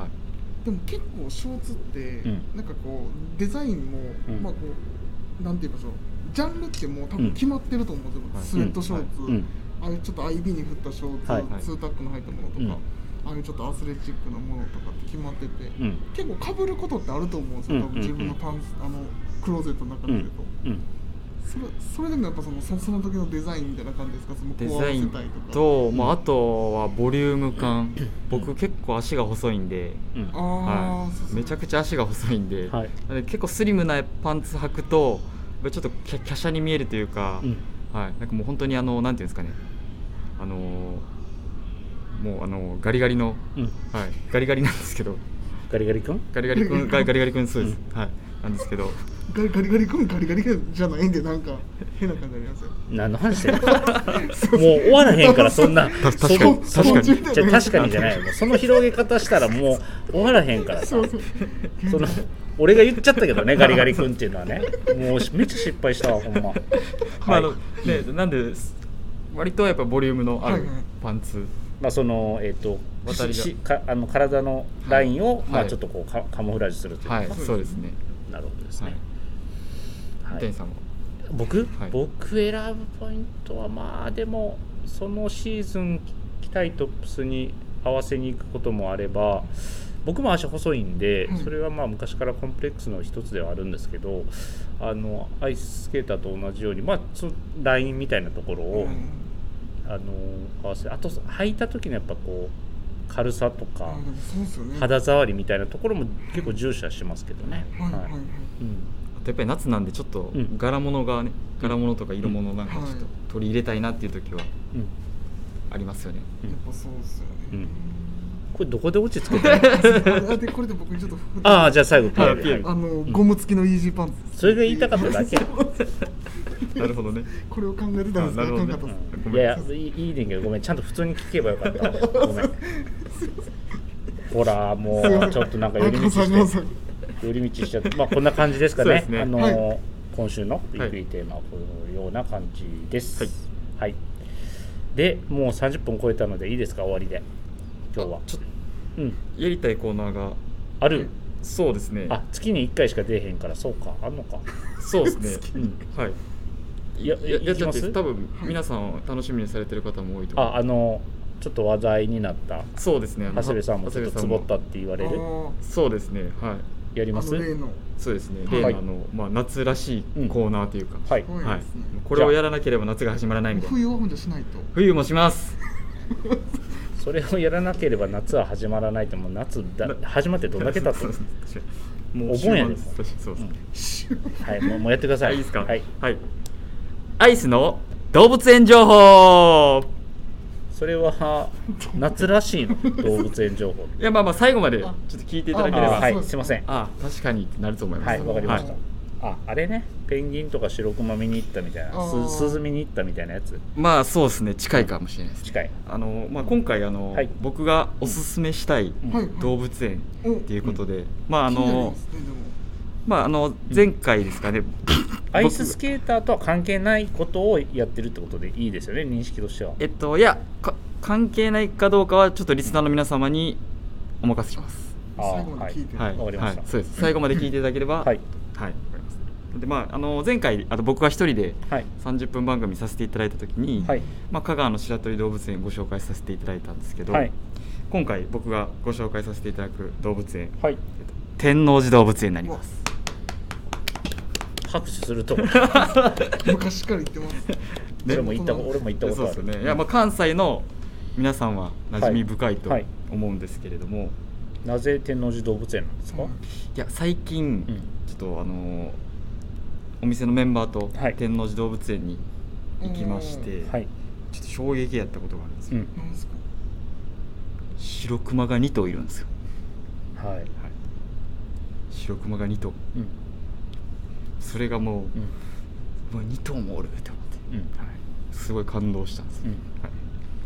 でも結構ショーツって、うん、なんかこうデザインも、うん、まあこうなんていうかそうジャンルってもう多分決まってると思うんですよ、うん、スウェットショーツ、うん、ああいうちょっと アイビー に振ったショーツ、はいはい、ツータックの入ったものとか、うん、ああいうちょっとアスレチックなものとかって決まってて、うん、結構被ることってあると思うんですよ、多分自分のパンス、あのクローゼットの中で見ると、うんうん、それそれでもやっぱそのその時のデザインみたいな感じですか？そのデザインと、まあ、あとはボリューム感、僕結構足が細いんで、うん、はい、めちゃくちゃ足が細いんで、はい、結構スリムなパンツ履くとちょっと華奢に見えるというか、うん、はい、なんかもう本当にあのなんていうんですかね、あのもうあのガリガリの、うん、はい、ガリガリなんですけど、 ガリガリ君ガリガリ君ガリガリ君そうです、うん、はい、なんですけどガリガリ君ガリガリじゃないんでなんか変な感じになりますよ。 何の話してるもう終わらへんからそんな確かに確かにじゃ確かにじゃないよ。その広げ方したらもう終わらへんからさ。そうそうその俺が言っちゃったけどね、ガリガリ君っていうのはね、もうめっちゃ失敗したわほんま。はい、 まああのね、なんで割とやっぱボリュームのあるパンツ、はいはい、 まあそのえっ、ー、と渡りがかあの体のラインを、はい、まあちょっとこうカカモフラージュするというか、はい、 そうですね。 なるほどですね。 はい。テンさんも僕、はい、僕選ぶポイントはまあでもそのシーズン着たいトップスに合わせに行くこともあれば。僕も足細いんで、それはまあ昔からコンプレックスの一つではあるんですけど、あのアイススケーターと同じように、まあ、そのラインみたいなところを、うん、あの合わせ、あと履いた時のやっぱこう軽さとか、ね、肌触りみたいなところも結構重視はしますけどね。はいはいはい、うん、あとやっぱり夏なんでちょっと柄物がね、うん、柄物とか色物なんかちょっと取り入れたいなっていう時はありますよね。 うん、やっぱそうですよね。うん、 これどこで落ち着けてるでこれで僕にちょっとああじゃあ最後ピエール、あの、うん、ゴム付きのイージーパンツ、 それが言いたかっただけなるほどね。 これを考えてたんですけど、ね、 うん、いやいやいいねんけどごめん、ちゃんと普通に聞けばよかったごめんほらもうちょっとなんか寄り道して寄り道しちゃって、まあこんな感じですか ね, ねあの、はい、今週のウィークリーテーマはこのような感じです。はい、はい、でもうさんじゅっぷん超えたのでいいですか、終わりで。今日はちょっと、うん、やりたいコーナーがある。 そうですね。 あ、月にいっかいしか出えへんから、そうか、あんのか。 そうですね、うん、はい。 いや、やっちゃって、 多分皆さん楽しみにされてる方も多いと思う。 あ、あのちょっと話題になった。 そうですね。 長谷部さんもちょっとつぼったって言われる。 そうですね。はい。 やります。 例のそうですね。例の、はい、あのまあ夏らしいコーナーというか、うん、はい、はい。これをやらなければ夏が始まらないみたいな。 冬はほんとしないと。 冬もします。 それをやらなければ夏は始まらないと、もう夏だ始まってどんだけ経つのもうお盆やでそうですね、 うん、はいもう、もうやってください。 いいですか。 はい、 はい、アイスの動物園情報。 それは夏らしいの動物園情報。 いやまあまあ最後までちょっと聞いていただければ。 はい、すいません。 あ確かにってなると思います。 はい、わかりました。はい、あ、あれね、ペンギンとか白クマ見に行ったみたいな、ススズ見に行ったみたいなやつ。 まあそうですね、近いかもしれないです、ね。 近い。 あのまあ今回あの、はい、僕がおすすめしたい動物園っていうことで、うん、まああの。まあ、あの前回ですかね、うん、 アイススケーターとは関係ないことをやってるってことでいいですよね、認識としては。 えっといや関係ないかどうかはちょっとリスナーの皆様にお任せします。 あ最後まで聞いて、 はい、わかりました。 はい、そうです。最後まで聞いていただければ、はい、はい、わかります。でまああの前回あと僕が一人でさんじゅっぷん番組させていただいたときに、はい、まあ香川の白鳥動物園ご紹介させていただいたんですけど、はい、今回僕がご紹介させていただく動物園、はい、えっと、天王寺動物園になります。 拍手すると昔から言ってます。 俺も行った俺も行ったことある。 そうですね。いやまあ関西の皆さんは馴染み深いと思うんですけれども、はいはい、 なぜ天王寺動物園なんですか？いや最近、うん、ちょっとあのお店のメンバーと天王寺動物園に行きまして、はい、ちょっと衝撃やったことがあるんですよ。うん、なんですか？白クマがに頭いるんですよ。はい。はい、白クマがに頭。うん、それがもう、うん、もうに頭もおるって思って、うん、はい、すごい感動したんです、うん、はい、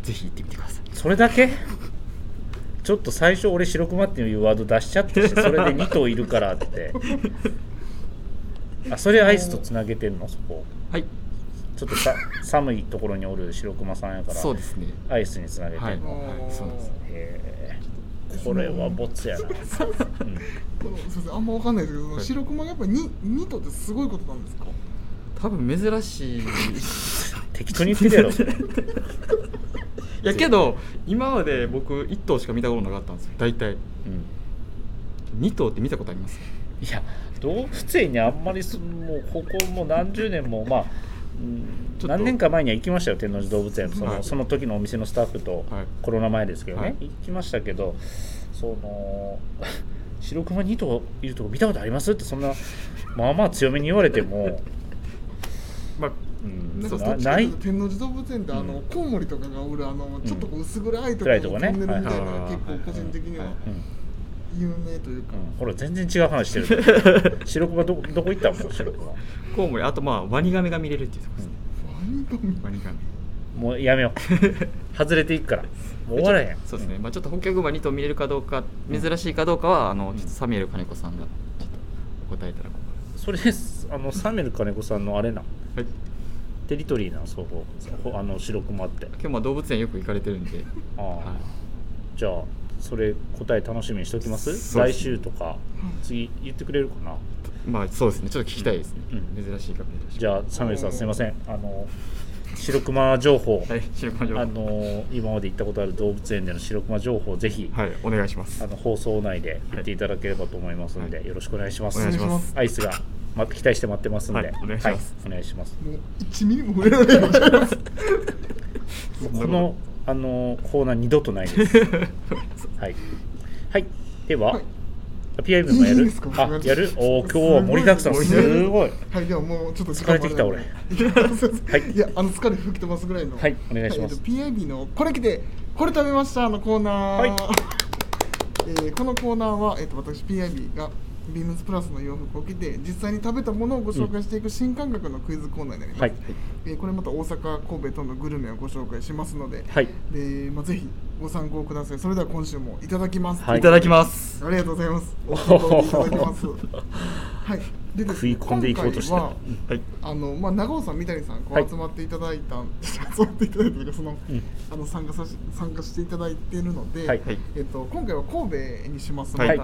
ぜひ行ってみてください。 それだけちょっと最初俺白クマっていうワード出しちゃってそれでに頭いるからってあ、それアイスとつなげてんの？そこ、はい、ちょっとさ寒いところにおる白クマさんやから、 そうですね、 アイスにつなげてんの、はいはい、そうです。へー、これはボツやな、うん、 すみません、あんま分かんないですけど、はい、白クマやっぱり 2, 2頭ってすごいことなんですか？ 多分珍しい適当に言ってるやろいやけど今まで僕いっ頭しか見たことなかったんですよ大体、うん、に頭って見たことあります？ いや動物園にあんまりもうここもう何十年もまあ、うん、何年か前には行きましたよ、天王寺動物園。その、はい、その時のお店のスタッフと、はい、コロナ前ですけどね、はい、行きましたけど、その白クマに頭いるとこ見たことありますってそんなまあまあ強めに言われてもまあうん、なんかどっちかというと天王寺動物園ってあの、うん、コウモリとかがおるあのちょっとこう薄暗いところに飛んでるみたいな、結構個人的には有名というか、 うん、ほら全然違う話してる白クマ ど, どこ行ったの？白クマコウモリ、あとまあワニガメが見れるっていうところですね、 うん、 ワニガメもうやめよう外れていくからもう終わらへん。 そうですね、まあ、ちょっとホッキョクグマに頭見れるかどうか珍しいかどうかは、うん、あのちょっとサミュエル金子さんがちょっと答えたらこうそれあのサミュエル金子さんのあれな、はい、テリトリーな、そこあの白クマって今日まあ動物園よく行かれてるんで、あ、はい、 じゃあそれ答え楽しみにしておきます。す来週とか次言ってくれるかな。 まあそうですね、ちょっと聞きたいですね、うん、珍しいかも。 じゃあサミュエルさんすいません、あの白クマ情報、 はい、白クマ情報、 あの今まで行ったことある動物園での白クマ情報をぜひ、 はい、お願いします。 あの放送内で言っていただければと思いますので、はい、よろしくお願いします。 お願いします。 アイスが、ま、期待して待ってますので、はい、 お願いします、 はい、お願いします。 もういちミリも触れられないじゃないですかこのあのコーナー二度とないですはい、はい、では、はい、ピーアイブイ もやる？いいですか？あ、やる？おー、今日は盛りだくさん、すごい。 はい、ではもうちょっと疲れてきた俺。はい。 いや、あの疲れ吹き飛ばすぐらいの。 はい、お願いします。 はい、ピーアイビー のこれ来てこれ食べましたのコーナー。はい。えー、このコーナーはえっ、ー、と私 ピーアイビー がビームスプラスの洋服を着て実際に食べたものをご紹介していく新感覚のクイズコーナーになります。はい。えー、これまた大阪、神戸等のグルメをご紹介しますので、はい。で、まあぜひご参考ください。それでは今週もいただきます。 はい、いただきます。 ありがとうございます。おいただきます。はい。でですね、 食い込んでいこうとしては、 はい、あのまあ長尾さん、三谷さん、こう集まっていただいた、はい、集まっていただいたというかその、うん、あの参加さし参加していただいているので、はい、えっと今回は神戸にします。また、はい、はい、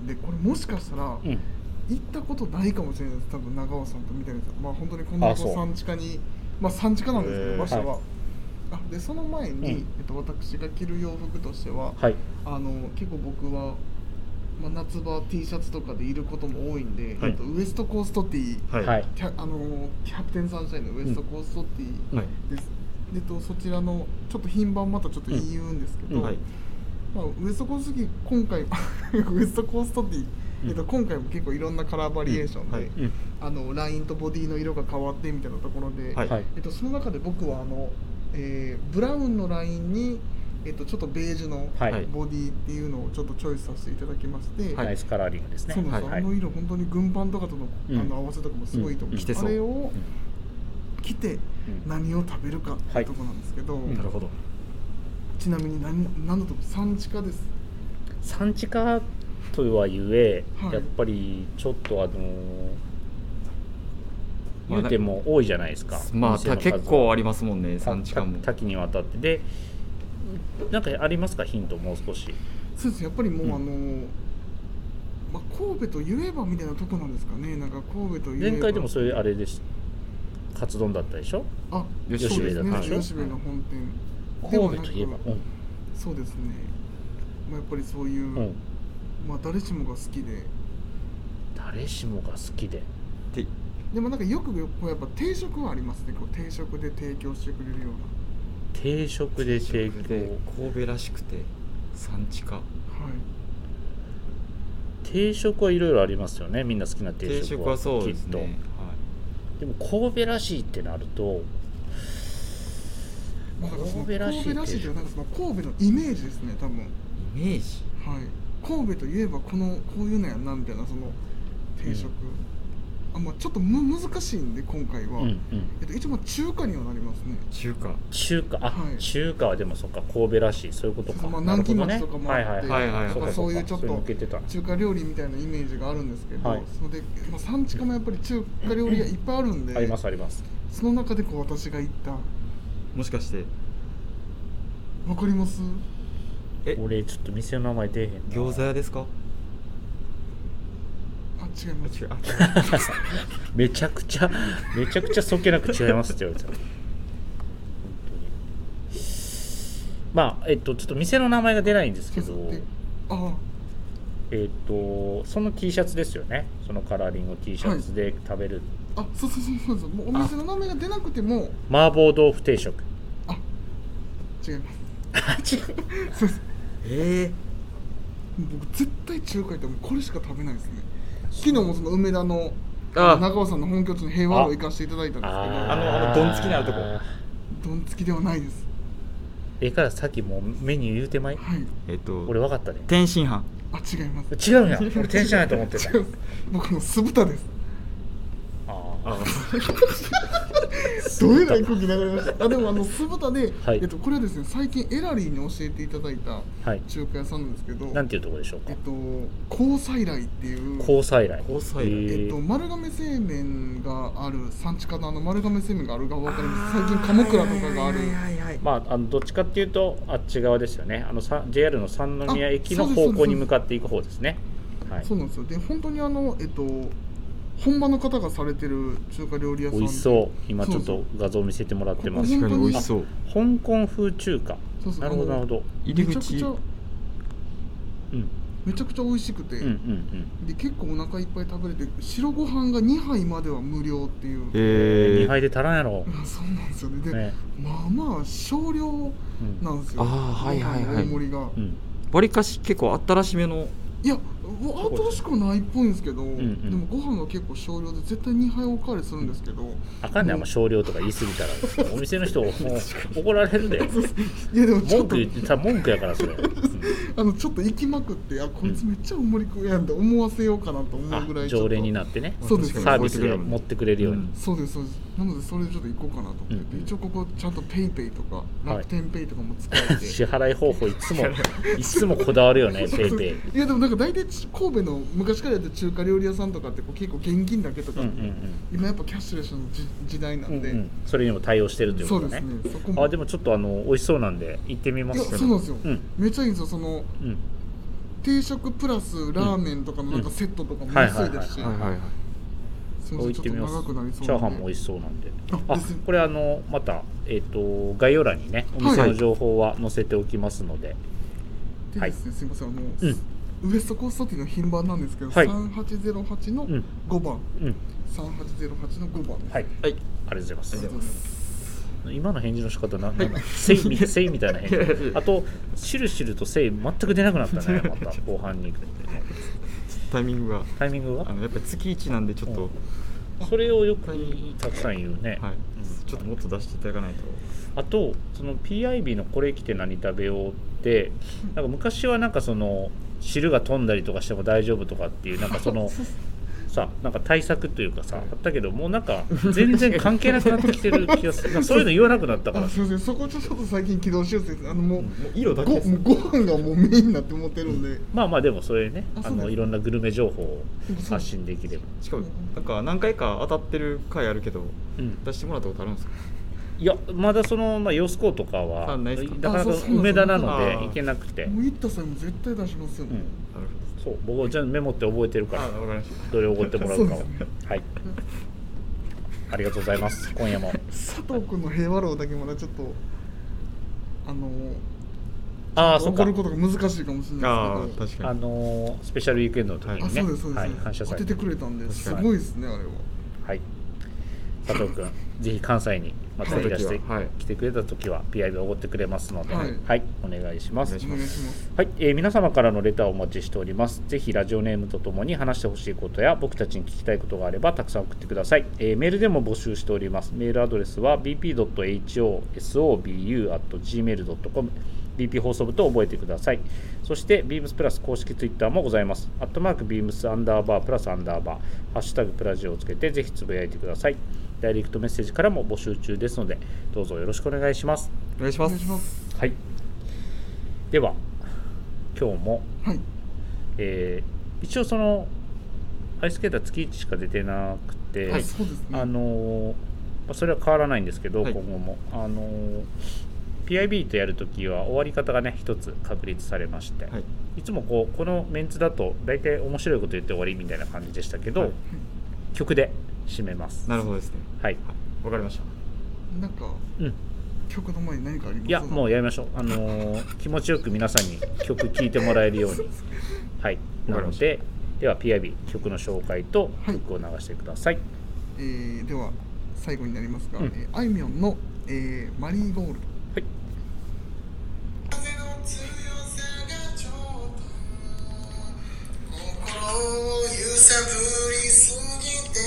でこれもしかしたら、うん、行ったことないかもしれないです。多分長尾さんと三谷さん、まあ本当にこの産地下に、まあ産地下なんですけど場所は。はい、あでその前に、うん、えっと、私が着る洋服としては、はい、あの結構僕は、まあ、夏場 T シャツとかでいることも多いんで、はい、えっと、ウエストコースト T、はい、キャあのキャプテンサンシャインのウエストコースト T です、うん、はい、でとそちらのちょっと品番またちょっと言うんですけど、うん、はい、まあ、ウエストコースト T 今回ウエストコースト T えっと、今回も結構いろんなカラーバリエーションで、うんはい、あのラインとボディの色が変わってみたいなところで、はい、えっと、その中で僕はあの、えー、ブラウンのラインに、えっと、ちょっとベージュのボディっていうのをちょっとチョイスさせていただきまして、 はい、ナイスカラーリングですね。 そうなんです、はい、あの色本当に軍パンとかとの、うん、あの合わせとかもすごいと思う、うん、あれを着て何を食べるかっていうところなんですけど、 はい、なるほど。 ちなみに何何だと産地化です。 産地化とはいえ、はい、やっぱりちょっとあのー、言うても多いじゃないですか。 まあ結構ありますもんね、産地化も多岐にわたってで、なんかありますかヒントもう少し。 そうです、やっぱりもう、うん、あのー、まあ、神戸と言えばみたいなとこなんですかね。なんか神戸と言えば前回でもそれあれですカツ丼だったでしょ。 あ、 吉兵衛だったでしょ。 吉兵衛の本店、 神戸といえば、うん、 そうですね、まあ、やっぱりそういう、うん、まあ誰しもが好きで誰しもが好きでででもなんかよくこうやっぱ定食はありますね。こう定食で提供してくれるような定食で提供で神戸らしくて産地化、はい、 定食はいろいろありますよね。みんな好きな定食は定食はそうですね、はい、 でも神戸らしいってなると神戸らしいってなんかその神戸のイメージですね、多分。 イメージ、 はい、神戸といえばこのこういうのやんなみたいなその定食、うん、あ、まあ、ちょっとむ難しいんで今回は、うんうん、えっと、一応まあ中華にはなりますね。 中華中華あ、はい、中華はでもそっか神戸らしいそういうことか。 まあ、南京町とかもあってそういうちょっと中華料理みたいなイメージがあるんですけど、はい、それで、まあ、産地化もやっぱり中華料理屋いっぱいあるんでありますあります。 その中でこう私が行ったもしかしてわかります？ え俺ちょっと店の名前出えへんな。 餃子屋ですか？ あ、違います。違うめちゃくちゃめちゃくちゃそけなく違いますって言われてた。本当にまあえっとちょっと店の名前が出ないんですけど、 あえっとその T シャツですよね。そのカラーリング T シャツで食べる、 はい、あ、そうそうそうそう、もうお店の名前が出なくても麻婆豆腐定食。 あ、違います。 違うそうです。 えー、 僕絶対中華行ったらこれしか食べないですね。昨日もその梅田の中尾さんの本拠地の平和を行かせていただいたんですけど、 あのあのドン付きになるとこ。 ドン付きではないです。 ええからさっきもうメニュー言うてまい。 はい。 えっと俺分かったね。 天津飯。 あ、違います。 違うんや。俺天津飯と思ってた。 違う。僕の酢豚です。 ああ。 どういうの空気流れました。あ、でもあの酢豚で、はい、えっとこれはですね最近エラリーに教えていただいた中華屋さんなんですけど、 はい、なんていうところでしょうか。 えっと高菜来っていう高菜来高菜来えっと丸亀製麺がある産地下のあの丸亀製麺がある側わかります。最近鎌倉とかがある。 まああのどっちかっていうとあっち側ですよね。あの ジェイアール の三宮駅の方向に向かっていく方ですね。 はい。そうなんですよ。で本当にあのえっと本場の方がされてる中華料理屋さん。 美味しそう。今ちょっと画像見せてもらってます。 確かに美味しそう。 香港風中華。 そうそう、 なるほどなるほど。 入り口。 めちゃくちゃ、 うん、 めちゃくちゃ美味しくて、 うんうんうん、 で結構お腹いっぱい食べれて白ご飯がにはいまでは無料っていう。 えー、にはいで足らんやろ。 そうなんですよね。で、 ね、 まあまあ少量なんですよ。 うん、ああはいはいはい。 大盛りが。 わり、うん、かし結構新しめの。 いや、新しくはないっぽいんですけど、うんうん、でもご飯が結構少量で絶対にはいおかわりするんですけど、 あかんねん、あんま少量とか言い過ぎたらお店の人もう怒られるで。 いやでも文句言ってた文句やからそれ。 あのちょっと行きまくってあこいつめっちゃ大盛り食うやんって思わせようかなと思うぐらい常連になってね。 そうです。 サービスで持ってくれるように。 うん、そうですそうです。なのでそれでちょっと行こうかなと思って、うん、一応ここちゃんとペイペイとか楽天ペイとかも使えて、 支払い方法いつもいつもこだわるよねペイペイ。 いやでもなんか大体神戸の昔からやった中華料理屋さんとかってこう結構現金だけとか、うんうんうん、今やっぱキャッシュレスの時代なんで、うんうん、 それにも対応してるということね。 そうですね。そこもあでもちょっとあの美味しそうなんで行ってみます。 いやそうなんですよ、うん、めっちゃいいんですよ。その、うん、定食プラスラーメンとかのなんかセットとかも安いですし、 置いてみます。チャーハンも美味しそうなんで。あ、これあのまたえっ、ー、と概要欄にねお店の情報は載せておきますので。 はい。でですね、すみませんあの、うん、ウエストコーストティの品番なんですけど、はい、さんはちゼロはちのごばん、うん、さんはちゼロはちのごばんです。 はい。はい。ありがとうございます。ありがとうございます。今の返事の仕方なんだ、はい、セイみセイみたいな返事。あとシュルシュルとセイ全く出なくなったね。また後半に行くんでね。 タイミングがタイミングがあのやっぱり月いちなんでちょっと、 うん、それをよくたくさん言うね、 はい、うん、ちょっともっと出していただかないと。 あとその ピーアイビー のこれ着て何食べようってなんか昔はなんかその汁が飛んだりとかしても大丈夫とかっていうなんかそのさなんか対策というかさあったけどもうなんか全然関係なくなってきてる気がするそういうの言わなくなったからすいませんそこちょっと最近起動しようってあのもう、うん、もう色だけです、 ご, ご飯がもうメインになって思ってるんで、うん、 まあまあでもそれねあのいろんなグルメ情報を発信できればしかもなんか何回か当たってる回あるけど、うん、出してもらったことあるんですか？ いやまだその、まあ、ヨスコとかはだから梅田なので行けなくてもう行った際も絶対出しますよね、 うん、なるほどそう僕はじゃあメモって覚えてるからどれを覚えてもらうかをはいありがとうございます今夜も佐藤君の平和楼だけまだちょっとあのああそうか怒ることが難しいかもしれないですけどあ確かにあのスペシャルウィークエンドの時にね、 はい、そうですそうです、はい、 反射され当ててくれたんですごいですねあれははい佐藤君ぜひ関西にまたいらして来てくれたときは ピーアイビー をおごってくれますので、はい、はい、お願いします。はい、えー、皆様からのレターをお待ちしております。ぜひラジオネームとともに話してほしいことや僕たちに聞きたいことがあればたくさん送ってください。えー、メールでも募集しております。メールアドレスは ビーピードットエイチオーエスオービーユーアットジーメールドットコム ビーピー 放送部と覚えてください。そして ビームス プラス公式ツイッターもございます。アットマーク ビームス アンダーバープラスアンダーバーハッシュタグプラジオをつけてぜひつぶやいてください。ダイレクトメッセージからも募集中ですのでどうぞよろしくお願いします。 お願いします。 はい。では今日も、 はい、 えー、一応そのアイススケーター月いちしか出てなくて、 はい、そうですね、 あのそれは変わらないんですけど、はい、今後もあの ピーアイビー とやるときは終わり方がね一つ確立されまして、はい、いつもこうこのメンツだと大体面白いこと言って終わりみたいな感じでしたけど、はい、曲で締めます。 なるほどですね。 はい。 わかりました。 なんか、 うん、 曲の前に何かありますか？ いやもうやりましょう。あのー、気持ちよく皆さんに曲聴いてもらえるように。はい。なのででは ピーアイビー 曲の紹介と曲を流してください。はい、 えー、では最後になりますが、うん、えー、あいみょんの、えー、マリーゴールド。はい。揺さぶりすぎて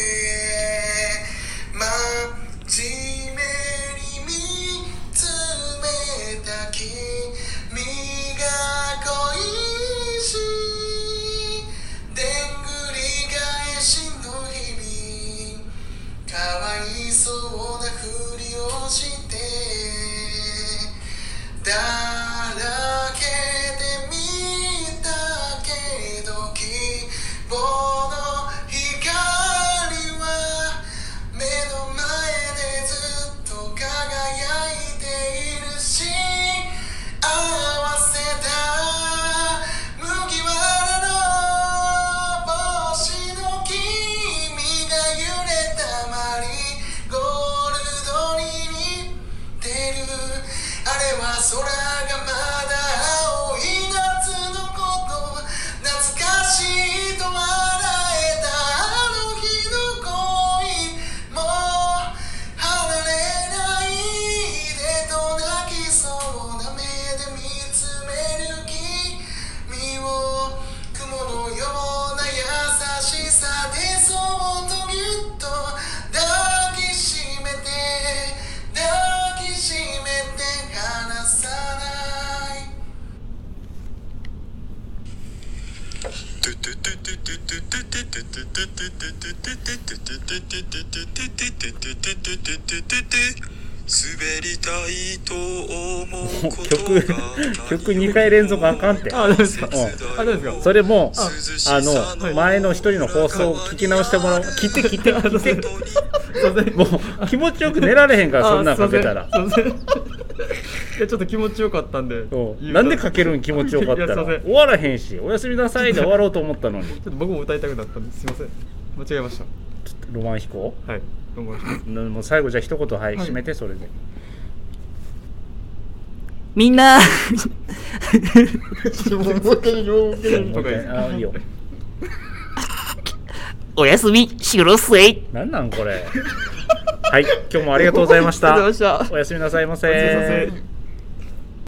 真面目に見つめた君が恋しでんぐり返しの日々かわいそうなふりをしてだらけで見たけど希望の光は目の前でずっと輝いているし合わせた麦わらの帽子の君が揺れたマリーゴールドに似てるあれは空がまだ青い夏のこと懐かしいと笑えたあの日の恋もう離れないでと泣きそうな目で見つめる君を雲のような優しさでそっとぎゅっと抱きしめて抱きしめて離さない滑りたいと思うことが曲曲にかい連続あかんって。 あ、何ですか。あ、何ですか。 それもあの前の一人の放送を聞き直してもらう。切って切って切って。もう気持ちよく寝られへんからそんなんかけたら。 いやちょっと気持ちよかったんで。 なんでかけるん気持ちよかったら。終わらへんし、おやすみなさいで終わろうと思ったのに。ちょっと僕も歌いたくなったんです。すみません。間違えました。 ロマン飛行。 はい。ロマン飛行。 もう最後じゃあ一言はい締めてそれで。 みんなおやすみしろせい。 なんなんこれ。はい、今日もありがとうございました。おやすみなさいませ。